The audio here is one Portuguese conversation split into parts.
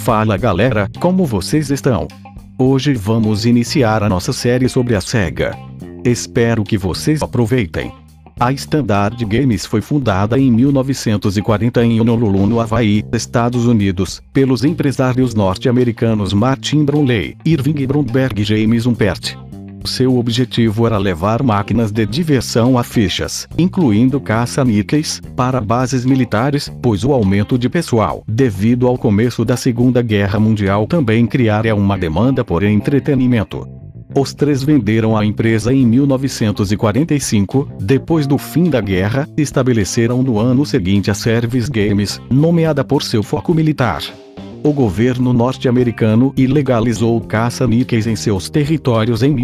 Fala galera, como vocês estão? Hoje vamos iniciar a nossa série sobre a SEGA. Espero que vocês aproveitem. A Standard Games foi fundada em 1940 em Honolulu, no Havaí, Estados Unidos, pelos empresários norte-americanos Martin Brownlee, Irving Bromberg e James Humpert. Seu objetivo era levar máquinas de diversão a fichas, incluindo caça-níqueis, para bases militares, pois o aumento de pessoal, devido ao começo da Segunda Guerra Mundial, também criaria uma demanda por entretenimento. Os três venderam a empresa em 1945, depois do fim da guerra, estabeleceram no ano seguinte a Service Games, nomeada por seu foco militar. O governo norte-americano ilegalizou caça-níqueis em seus territórios em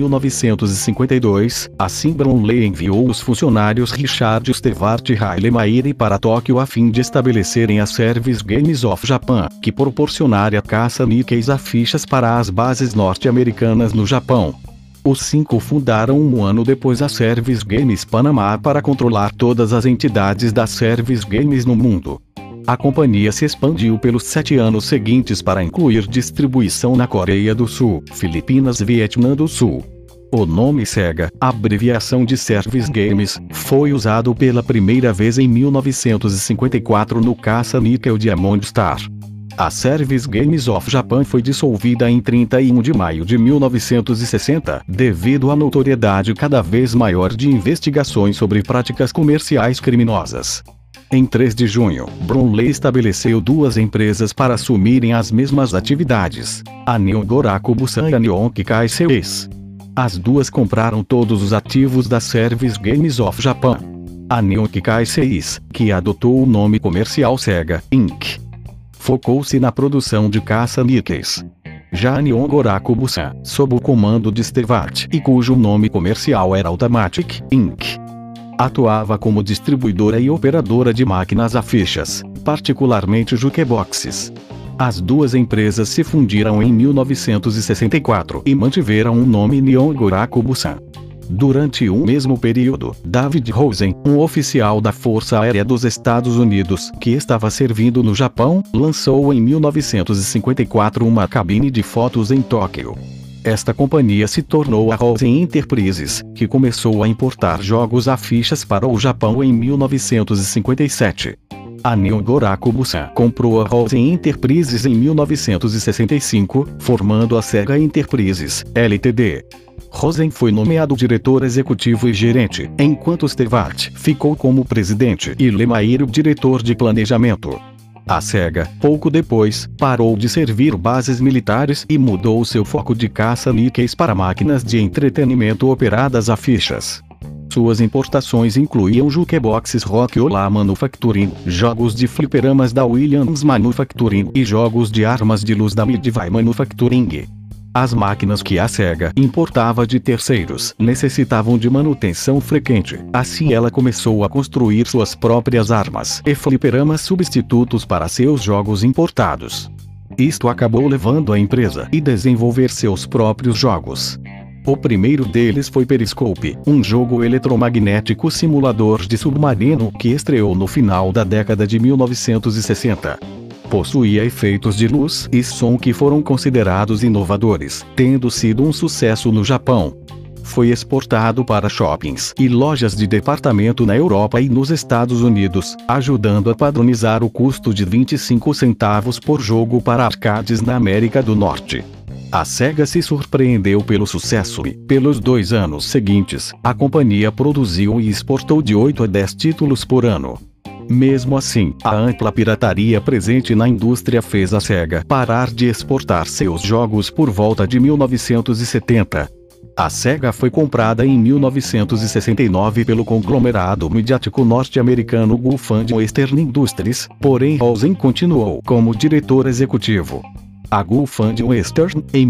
1952, assim Brownlee enviou os funcionários Richard Stewart e Riley Maire para Tóquio a fim de estabelecerem a Service Games of Japan, que proporcionaria caça-níqueis a fichas para as bases norte-americanas no Japão. Os cinco fundaram um ano depois a Service Games Panamá para controlar todas as entidades da Service Games no mundo. A companhia se expandiu pelos 7 anos seguintes para incluir distribuição na Coreia do Sul, Filipinas e Vietnã do Sul. O nome SEGA, abreviação de Service Games, foi usado pela primeira vez em 1954 no caça-níquel Diamond Star. A Service Games of Japan foi dissolvida em 31 de maio de 1960, devido à notoriedade cada vez maior de investigações sobre práticas comerciais criminosas. Em 3 de junho, Brownlee estabeleceu duas empresas para assumirem as mesmas atividades, a Nihon Goraku Busan e a Nihon Kikai Seis. As duas compraram todos os ativos da Service Games of Japan. A Nihon Kikai Seis, que adotou o nome comercial SEGA, Inc., focou-se na produção de caça-níqueis. Já a Nihon Goraku Busan, sob o comando de Stewart e cujo nome comercial era Automatic, Inc., atuava como distribuidora e operadora de máquinas a fichas, particularmente jukeboxes. As duas empresas se fundiram em 1964 e mantiveram o nome Nihon Goraku Busan. Durante um mesmo período, David Rosen, um oficial da Força Aérea dos Estados Unidos que estava servindo no Japão, lançou em 1954 uma cabine de fotos em Tóquio. Esta companhia se tornou a Rosen Enterprises, que começou a importar jogos a fichas para o Japão em 1957. A Nihon Goraku Busan comprou a Rosen Enterprises em 1965, formando a SEGA Enterprises, Ltd. Rosen foi nomeado diretor executivo e gerente, enquanto Stewart ficou como presidente e Lemaire o diretor de planejamento. A SEGA, pouco depois, parou de servir bases militares e mudou seu foco de caça-níqueis para máquinas de entretenimento operadas a fichas. Suas importações incluíam jukeboxes Rockola Manufacturing, jogos de fliperamas da Williams Manufacturing e jogos de armas de luz da Midway Manufacturing. As máquinas que a SEGA importava de terceiros necessitavam de manutenção frequente, assim ela começou a construir suas próprias armas e fliperamas substitutos para seus jogos importados. Isto acabou levando a empresa a desenvolver seus próprios jogos. O primeiro deles foi Periscope, um jogo eletromagnético simulador de submarino que estreou no final da década de 1960. Possuía efeitos de luz e som que foram considerados inovadores, tendo sido um sucesso no Japão. Foi exportado para shoppings e lojas de departamento na Europa e nos Estados Unidos, ajudando a padronizar o custo de 25 centavos por jogo para arcades na América do Norte. A SEGA se surpreendeu pelo sucesso e, pelos 2 anos seguintes, a companhia produziu e exportou de 8 a 10 títulos por ano. Mesmo assim, a ampla pirataria presente na indústria fez a SEGA parar de exportar seus jogos por volta de 1970. A SEGA foi comprada em 1969 pelo conglomerado midiático norte-americano Gulfand Western Industries, porém Rosen continuou como diretor executivo. A Gulfand Western, em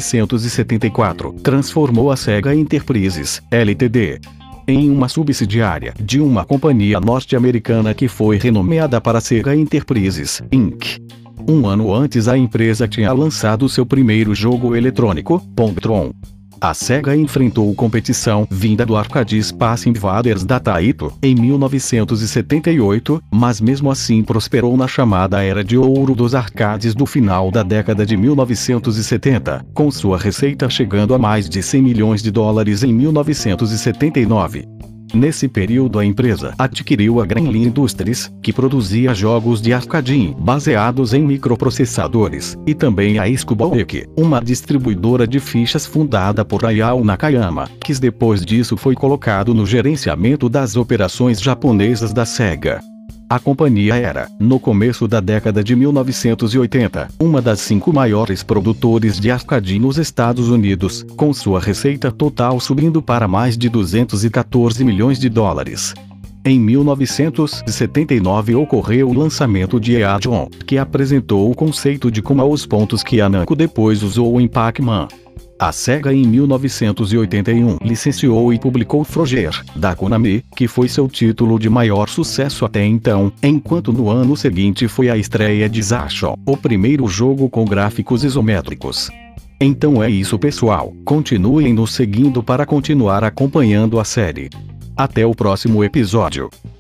1974, transformou a SEGA Enterprises, Ltd., em uma subsidiária de uma companhia norte-americana que foi renomeada para SEGA Enterprises, Inc. Um ano antes a empresa tinha lançado seu primeiro jogo eletrônico, Pongtron. A Sega enfrentou competição vinda do arcade Space Invaders da Taito, em 1978, mas mesmo assim prosperou na chamada Era de Ouro dos arcades do final da década de 1970, com sua receita chegando a mais de 100 milhões de dólares em 1979. Nesse período a empresa adquiriu a Gremlin Industries, que produzia jogos de arcade baseados em microprocessadores, e também a Scubalek, uma distribuidora de fichas fundada por Hayao Nakayama, que depois disso foi colocado no gerenciamento das operações japonesas da Sega. A companhia era, no começo da década de 1980, uma das 5 maiores produtores de arcade nos Estados Unidos, com sua receita total subindo para mais de 214 milhões de dólares. Em 1979 ocorreu o lançamento de EA John, que apresentou o conceito de como os pontos que a Namco depois usou em Pac-Man. A Sega em 1981 licenciou e publicou Frogger, da Konami, que foi seu título de maior sucesso até então, enquanto no ano seguinte foi a estreia de Zaxxon, o primeiro jogo com gráficos isométricos. Então é isso pessoal, continuem nos seguindo para continuar acompanhando a série. Até o próximo episódio.